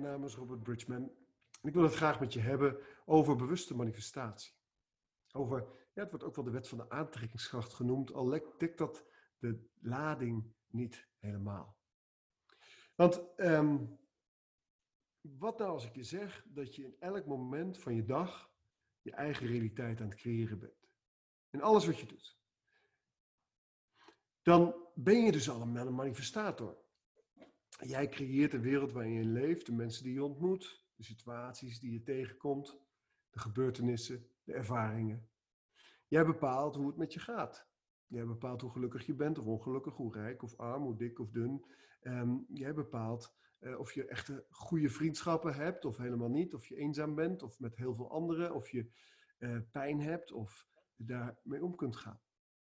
Mijn naam is Robert Bridgman en ik wil het graag met je hebben over bewuste manifestatie. Het wordt ook wel de wet van de aantrekkingskracht genoemd, al dekt dat de lading niet helemaal. Want wat nou als ik je zeg dat je in elk moment van je dag je eigen realiteit aan het creëren bent? In alles wat je doet. Dan ben je dus allemaal een manifestator. Jij creëert de wereld waarin je leeft, de mensen die je ontmoet, de situaties die je tegenkomt, de gebeurtenissen, de ervaringen. Jij bepaalt hoe het met je gaat. Jij bepaalt hoe gelukkig je bent of ongelukkig, hoe rijk of arm, hoe dik of dun. Jij bepaalt of je echt goede vriendschappen hebt of helemaal niet. Of je eenzaam bent of met heel veel anderen. Of je pijn hebt of daarmee om kunt gaan.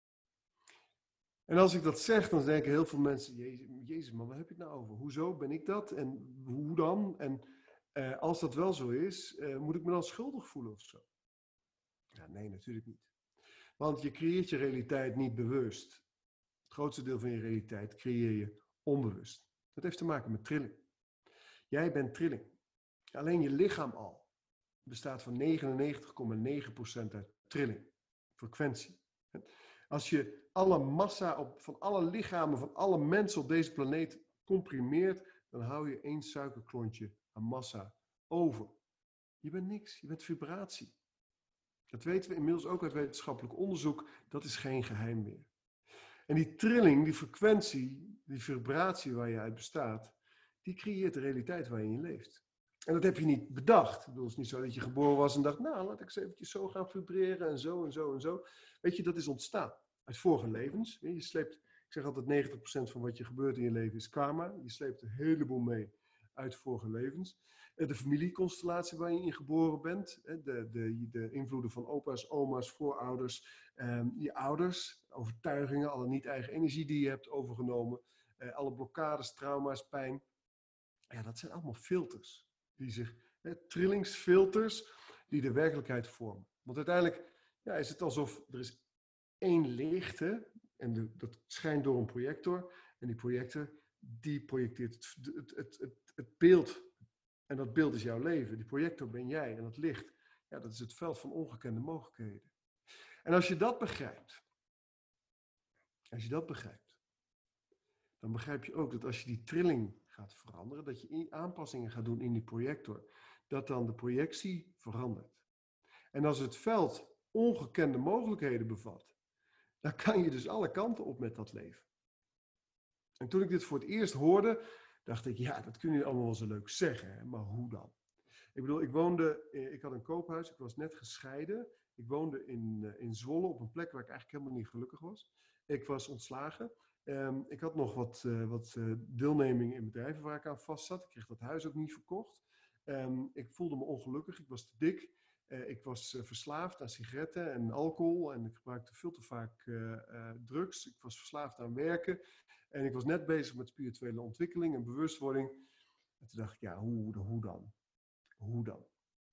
En als ik dat zeg, dan denken heel veel mensen, Jezus man, waar heb je het nou over? Hoezo ben ik dat? En hoe dan? En als dat wel zo is, moet ik me dan schuldig voelen of zo? Ja, nee, natuurlijk niet. Want je creëert je realiteit niet bewust. Het grootste deel van je realiteit creëer je onbewust. Dat heeft te maken met trilling. Jij bent trilling. Alleen je lichaam al bestaat van 99,9% uit trilling, frequentie. Als je alle massa van alle lichamen, van alle mensen op deze planeet comprimeert, dan hou je 1 suikerklontje aan massa over. Je bent niks, je bent vibratie. Dat weten we inmiddels ook uit wetenschappelijk onderzoek, dat is geen geheim meer. En die trilling, die frequentie, die vibratie waar je uit bestaat, die creëert de realiteit waarin je leeft. En dat heb je niet bedacht. Ik bedoel, het is niet zo dat je geboren was en dacht, nou, laat ik eens eventjes zo gaan vibreren en zo en zo en zo. Weet je, dat is ontstaan uit vorige levens. Je sleept, ik zeg altijd 90% van wat je gebeurt in je leven is karma. Je sleept een heleboel mee uit vorige levens. De familieconstellatie waar je in geboren bent. De invloeden van opa's, oma's, voorouders. Je ouders, overtuigingen, alle niet-eigen energie die je hebt overgenomen. Alle blokkades, trauma's, pijn. Ja, dat zijn allemaal filters. Trillingsfilters die de werkelijkheid vormen. Want uiteindelijk is het alsof er is één licht, hè, en dat schijnt door een projector. En die projector die projecteert het beeld. En dat beeld is jouw leven. Die projector ben jij en dat licht. Ja, dat is het veld van ongekende mogelijkheden. En als je dat begrijpt. Dan begrijp je ook dat als je die trilling gaat veranderen, dat je aanpassingen gaat doen in die projector, dat dan de projectie verandert. En als het veld ongekende mogelijkheden bevat, dan kan je dus alle kanten op met dat leven. En toen ik dit voor het eerst hoorde, dacht ik, ja, dat kun je allemaal wel zo leuk zeggen, hè? Maar hoe dan? Ik bedoel, ik had een koophuis, ik was net gescheiden. Ik woonde in Zwolle op een plek waar ik eigenlijk helemaal niet gelukkig was. Ik was ontslagen. Ik had nog wat deelneming in bedrijven waar ik aan vast zat. Ik kreeg dat huis ook niet verkocht. Ik voelde me ongelukkig, ik was te dik. Ik was verslaafd aan sigaretten en alcohol en ik gebruikte veel te vaak drugs. Ik was verslaafd aan werken en ik was net bezig met spirituele ontwikkeling en bewustwording. En toen dacht ik, ja, hoe dan? Hoe dan?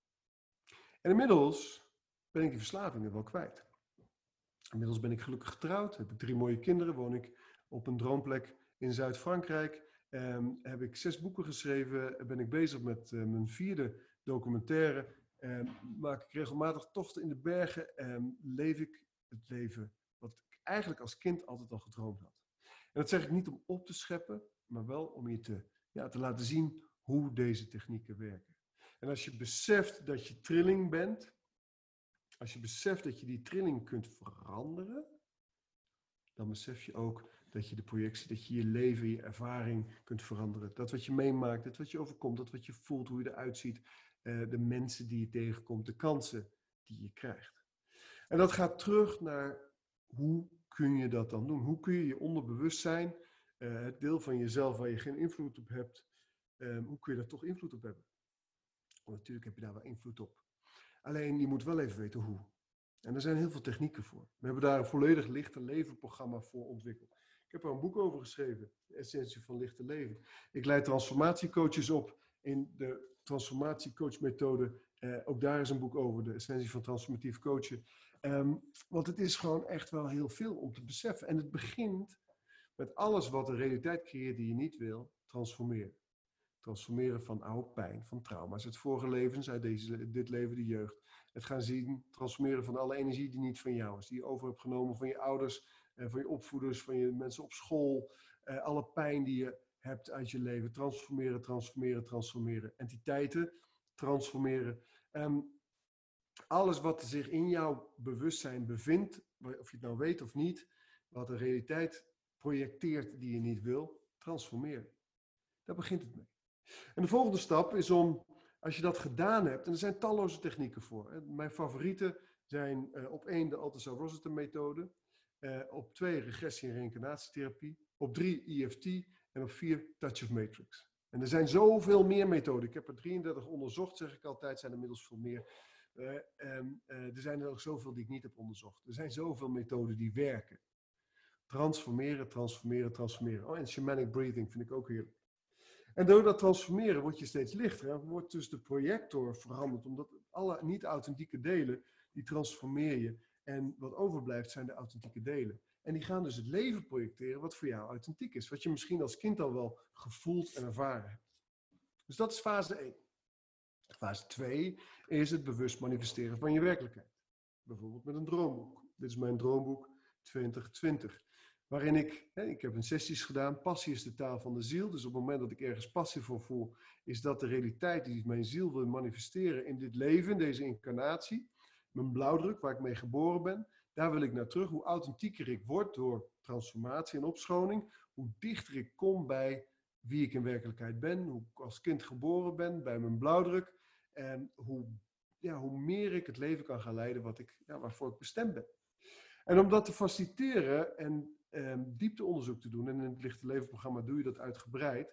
En inmiddels ben ik die verslavingen wel kwijt. Inmiddels ben ik gelukkig getrouwd, heb ik 3 mooie kinderen, woon ik op een droomplek in Zuid-Frankrijk. Heb ik 6 boeken geschreven, ben ik bezig met mijn 4e documentaire. Maak ik regelmatig tochten in de bergen. Leef ik het leven wat ik eigenlijk als kind altijd al gedroomd had. En dat zeg ik niet om op te scheppen, maar wel om je te laten zien hoe deze technieken werken. En als je beseft dat je trilling bent, als je beseft dat je die trilling kunt veranderen, dan besef je ook dat je de projectie, dat je je leven, je ervaring kunt veranderen. Dat wat je meemaakt, dat wat je overkomt, dat wat je voelt, hoe je eruit ziet, de mensen die je tegenkomt, de kansen die je krijgt. En dat gaat terug naar hoe kun je dat dan doen? Hoe kun je je onderbewustzijn, het deel van jezelf waar je geen invloed op hebt, hoe kun je daar toch invloed op hebben? Want natuurlijk heb je daar wel invloed op. Alleen je moet wel even weten hoe. En er zijn heel veel technieken voor. We hebben daar een volledig lichte leven programma voor ontwikkeld. Ik heb er een boek over geschreven, de essentie van lichte leven. Ik leid transformatiecoaches op in de transformatiecoachmethode. Ook daar is een boek over, de essentie van transformatief coachen. Want het is gewoon echt wel heel veel om te beseffen. En het begint met alles wat de realiteit creëert die je niet wil, transformeren. Transformeren van oude pijn, van trauma's, uit vorige levens, uit dit leven, de jeugd. Het gaan zien, transformeren van alle energie die niet van jou is. Die je over hebt genomen van je ouders, van je opvoeders, van je mensen op school. Alle pijn die je hebt uit je leven. Transformeren, transformeren, transformeren. Entiteiten, transformeren. Alles wat zich in jouw bewustzijn bevindt, of je het nou weet of niet, wat een realiteit projecteert die je niet wil, transformeren. Daar begint het mee. En de volgende stap is om, als je dat gedaan hebt, en er zijn talloze technieken voor. Mijn favorieten zijn op 1 de Althusser-Rossiter methode, op 2 regressie- en reïncarnatietherapie, op 3 EFT en op 4 Touch of Matrix. En er zijn zoveel meer methoden. Ik heb er 33 onderzocht, zeg ik altijd, zijn er inmiddels veel meer. Er zijn er nog zoveel die ik niet heb onderzocht. Er zijn zoveel methoden die werken. Transformeren, transformeren, transformeren. Oh, en shamanic breathing vind ik ook heerlijk. En door dat transformeren word je steeds lichter. En wordt dus de projector veranderd. Omdat alle niet-authentieke delen, die transformeer je. En wat overblijft zijn de authentieke delen. En die gaan dus het leven projecteren wat voor jou authentiek is. Wat je misschien als kind al wel gevoeld en ervaren hebt. Dus dat is fase 1. Fase 2 is het bewust manifesteren van je werkelijkheid. Bijvoorbeeld met een droomboek. Dit is mijn droomboek 2020. Waarin ik heb een sessies gedaan. Passie is de taal van de ziel. Dus op het moment dat ik ergens passie voor voel, is dat de realiteit die mijn ziel wil manifesteren in dit leven, in deze incarnatie. Mijn blauwdruk, waar ik mee geboren ben. Daar wil ik naar terug. Hoe authentieker ik word door transformatie en opschoning. Hoe dichter ik kom bij wie ik in werkelijkheid ben. Hoe ik als kind geboren ben, bij mijn blauwdruk. En hoe meer ik het leven kan gaan leiden waarvoor ik bestemd ben. En om dat te faciliteren en diepteonderzoek te doen, en in het Lichte Leven programma doe je dat uitgebreid,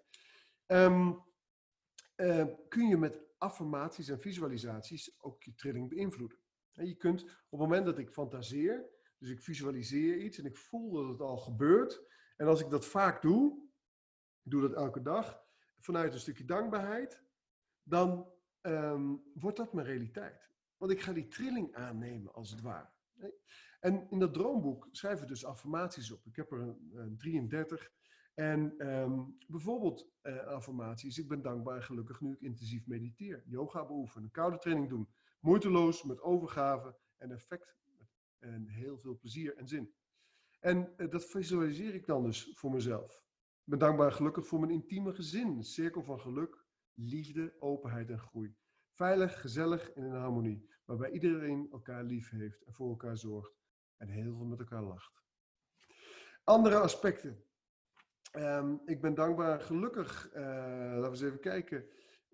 kun je met affirmaties en visualisaties ook je trilling beïnvloeden. En je kunt op het moment dat ik fantaseer, dus ik visualiseer iets en ik voel dat het al gebeurt, en als ik dat vaak doe, ik doe dat elke dag, vanuit een stukje dankbaarheid, dan wordt dat mijn realiteit. Want ik ga die trilling aannemen, als het ware. En in dat droomboek schrijven we dus affirmaties op. Ik heb er een 33. En bijvoorbeeld affirmaties. Ik ben dankbaar en gelukkig nu ik intensief mediteer. Yoga beoefenen, een koude training doen. Moeiteloos, met overgave en effect. En heel veel plezier en zin. En dat visualiseer ik dan dus voor mezelf. Ik ben dankbaar en gelukkig voor mijn intieme gezin. Een cirkel van geluk, liefde, openheid en groei. Veilig, gezellig en in harmonie. Waarbij iedereen elkaar lief heeft en voor elkaar zorgt. En heel veel met elkaar lacht. Andere aspecten. Ik ben dankbaar en gelukkig. Laten we eens even kijken.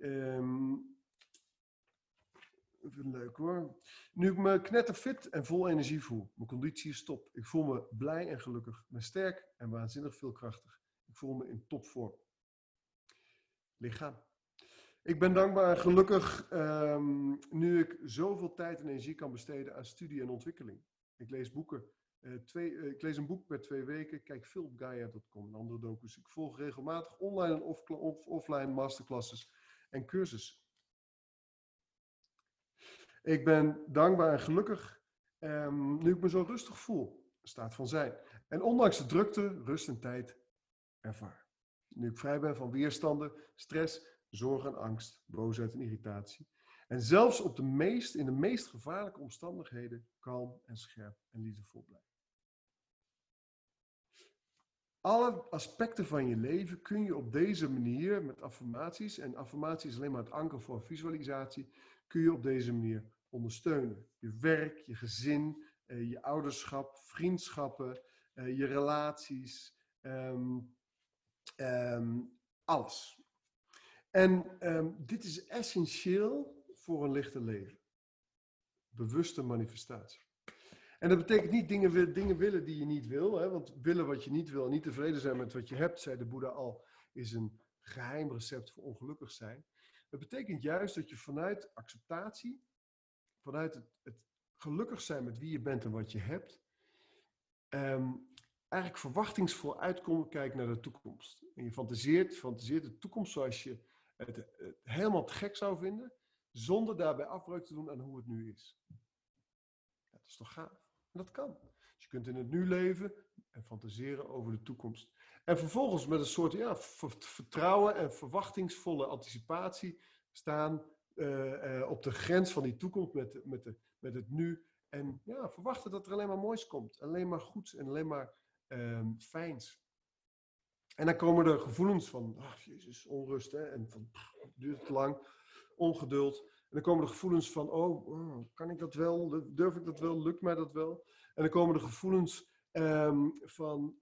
Even leuk hoor. Nu ik me knetterfit en vol energie voel. Mijn conditie is top. Ik voel me blij en gelukkig. Ik ben sterk en waanzinnig veelkrachtig. Ik voel me in topvorm. Lichaam. Ik ben dankbaar en gelukkig nu ik zoveel tijd en energie kan besteden aan studie en ontwikkeling. Ik lees boeken. Ik lees een boek per 2 weken. Kijk veel op Gaia.com en andere docus. Ik volg regelmatig online en offline masterclasses en cursussen. Ik ben dankbaar en gelukkig nu ik me zo rustig voel. Staat van zijn. En ondanks de drukte, rust en tijd ervaar. Nu ik vrij ben van weerstanden, stress, zorg en angst, boosheid en irritatie. En zelfs in de meest gevaarlijke omstandigheden kalm en scherp en liefdevol blijven. Alle aspecten van je leven kun je op deze manier met affirmaties, en affirmatie is alleen maar het anker voor visualisatie, kun je op deze manier ondersteunen. Je werk, je gezin, je ouderschap, vriendschappen, je relaties, alles. En dit is essentieel voor een lichter leven. Bewuste manifestatie. En dat betekent niet dingen willen die je niet wil. Hè? Want willen wat je niet wil en niet tevreden zijn met wat je hebt, zei de Boeddha al, is een geheim recept voor ongelukkig zijn. Dat betekent juist dat je vanuit acceptatie, vanuit het gelukkig zijn met wie je bent en wat je hebt, eigenlijk verwachtingsvol uitkomen, kijkt naar de toekomst. En je fantaseert de toekomst zoals je het helemaal te gek zou vinden, zonder daarbij afbreuk te doen aan hoe het nu is. Ja, dat is toch gaaf? En dat kan. Dus je kunt in het nu leven en fantaseren over de toekomst. En vervolgens met een soort vertrouwen en verwachtingsvolle anticipatie staan op de grens van die toekomst met het nu. En ja, verwachten dat er alleen maar moois komt. Alleen maar goeds en alleen maar fijns. En dan komen er gevoelens van, jezus, onrust, hè, en van, duurt het te lang, ongeduld. En dan komen er gevoelens van, kan ik dat wel, durf ik dat wel, lukt mij dat wel? En dan komen er gevoelens van,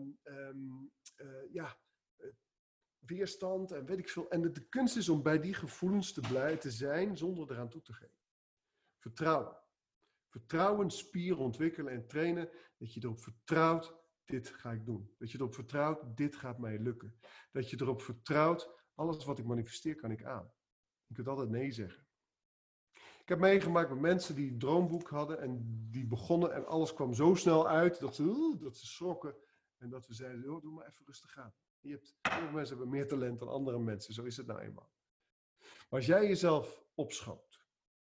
weerstand en weet ik veel. En de kunst is om bij die gevoelens te zijn zonder eraan toe te geven. Vertrouwen. Vertrouwen, spieren ontwikkelen en trainen, dat je erop vertrouwt, dit ga ik doen. Dat je erop vertrouwt, dit gaat mij lukken. Dat je erop vertrouwt, alles wat ik manifesteer kan ik aan. Je kunt altijd nee zeggen. Ik heb meegemaakt met mensen die een droomboek hadden en die begonnen en alles kwam zo snel uit dat ze schrokken. En dat we zeiden, doe maar even rustig aan. Sommige mensen hebben meer talent dan andere mensen, zo is het nou eenmaal. Maar als jij jezelf opschoot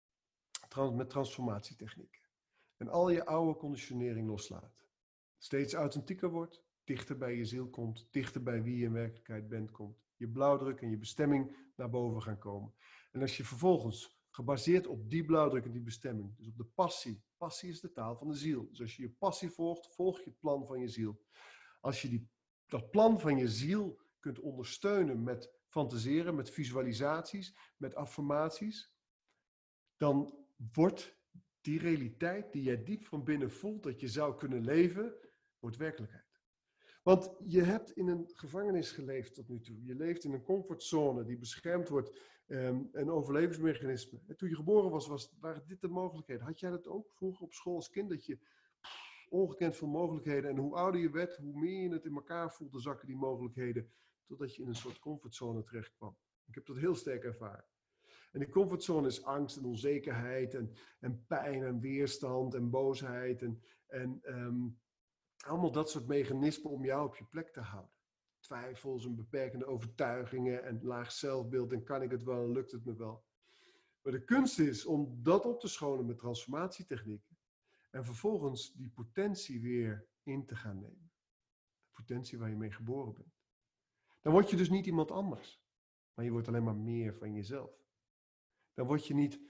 met transformatietechnieken en al je oude conditionering loslaat, steeds authentieker wordt, dichter bij je ziel komt, dichter bij wie je in werkelijkheid bent komt, je blauwdruk en je bestemming naar boven gaan komen. En als je vervolgens, gebaseerd op die blauwdruk en die bestemming, dus op de passie is de taal van de ziel. Dus als je je passie volgt, volg je het plan van je ziel. Als je dat plan van je ziel kunt ondersteunen met fantaseren, met visualisaties, met affirmaties, dan wordt die realiteit die jij diep van binnen voelt dat je zou kunnen leven, wordt werkelijkheid. Want je hebt in een gevangenis geleefd tot nu toe. Je leeft in een comfortzone die beschermd wordt, een overlevingsmechanisme. En toen je geboren waren dit de mogelijkheden. Had jij dat ook vroeger op school als kind, dat je ongekend veel mogelijkheden, en hoe ouder je werd, hoe meer je het in elkaar voelde zakken, die mogelijkheden, totdat je in een soort comfortzone terecht kwam. Ik heb dat heel sterk ervaren. En die comfortzone is angst en onzekerheid en pijn en weerstand en boosheid en allemaal dat soort mechanismen om jou op je plek te houden. Twijfels en beperkende overtuigingen en laag zelfbeeld en kan ik het wel en lukt het me wel. Maar de kunst is om dat op te schonen met transformatietechnieken en vervolgens die potentie weer in te gaan nemen. De potentie waar je mee geboren bent. Dan word je dus niet iemand anders, maar je wordt alleen maar meer van jezelf. Dan word je niet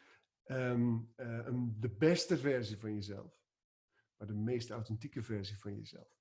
de beste versie van jezelf, maar de meest authentieke versie van jezelf.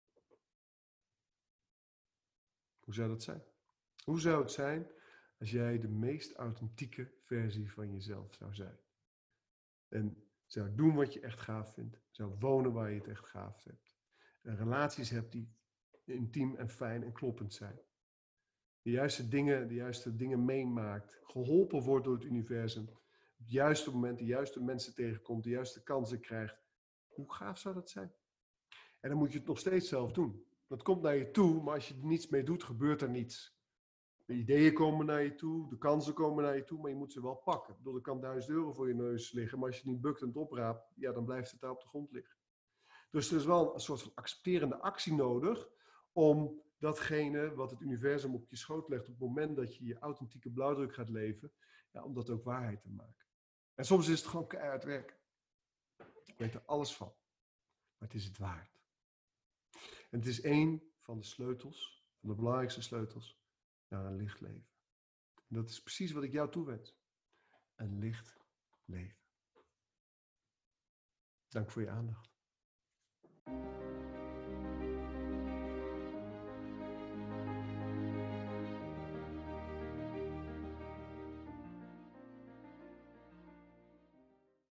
Hoe zou dat zijn? Hoe zou het zijn als jij de meest authentieke versie van jezelf zou zijn? En zou doen wat je echt gaaf vindt. Zou wonen waar je het echt gaaf hebt. En relaties hebt die intiem en fijn en kloppend zijn. De juiste dingen meemaakt. Geholpen wordt door het universum. Op het juiste moment de juiste mensen tegenkomt. De juiste kansen krijgt. Hoe gaaf zou dat zijn? En dan moet je het nog steeds zelf doen. Dat komt naar je toe, maar als je er niets mee doet, gebeurt er niets. De ideeën komen naar je toe, de kansen komen naar je toe, maar je moet ze wel pakken. Ik bedoel, er kan €1000 voor je neus liggen, maar als je het niet bukt en het opraapt, ja, dan blijft het daar op de grond liggen. Dus er is wel een soort van accepterende actie nodig om datgene wat het universum op je schoot legt op het moment dat je je authentieke blauwdruk gaat leven, ja, om dat ook waarheid te maken. En soms is het gewoon keihard werken. Ik weet er alles van, maar het is het waard. En het is één van de sleutels, van de belangrijkste sleutels, naar een licht leven. En dat is precies wat ik jou toewens. Een licht leven. Dank voor je aandacht.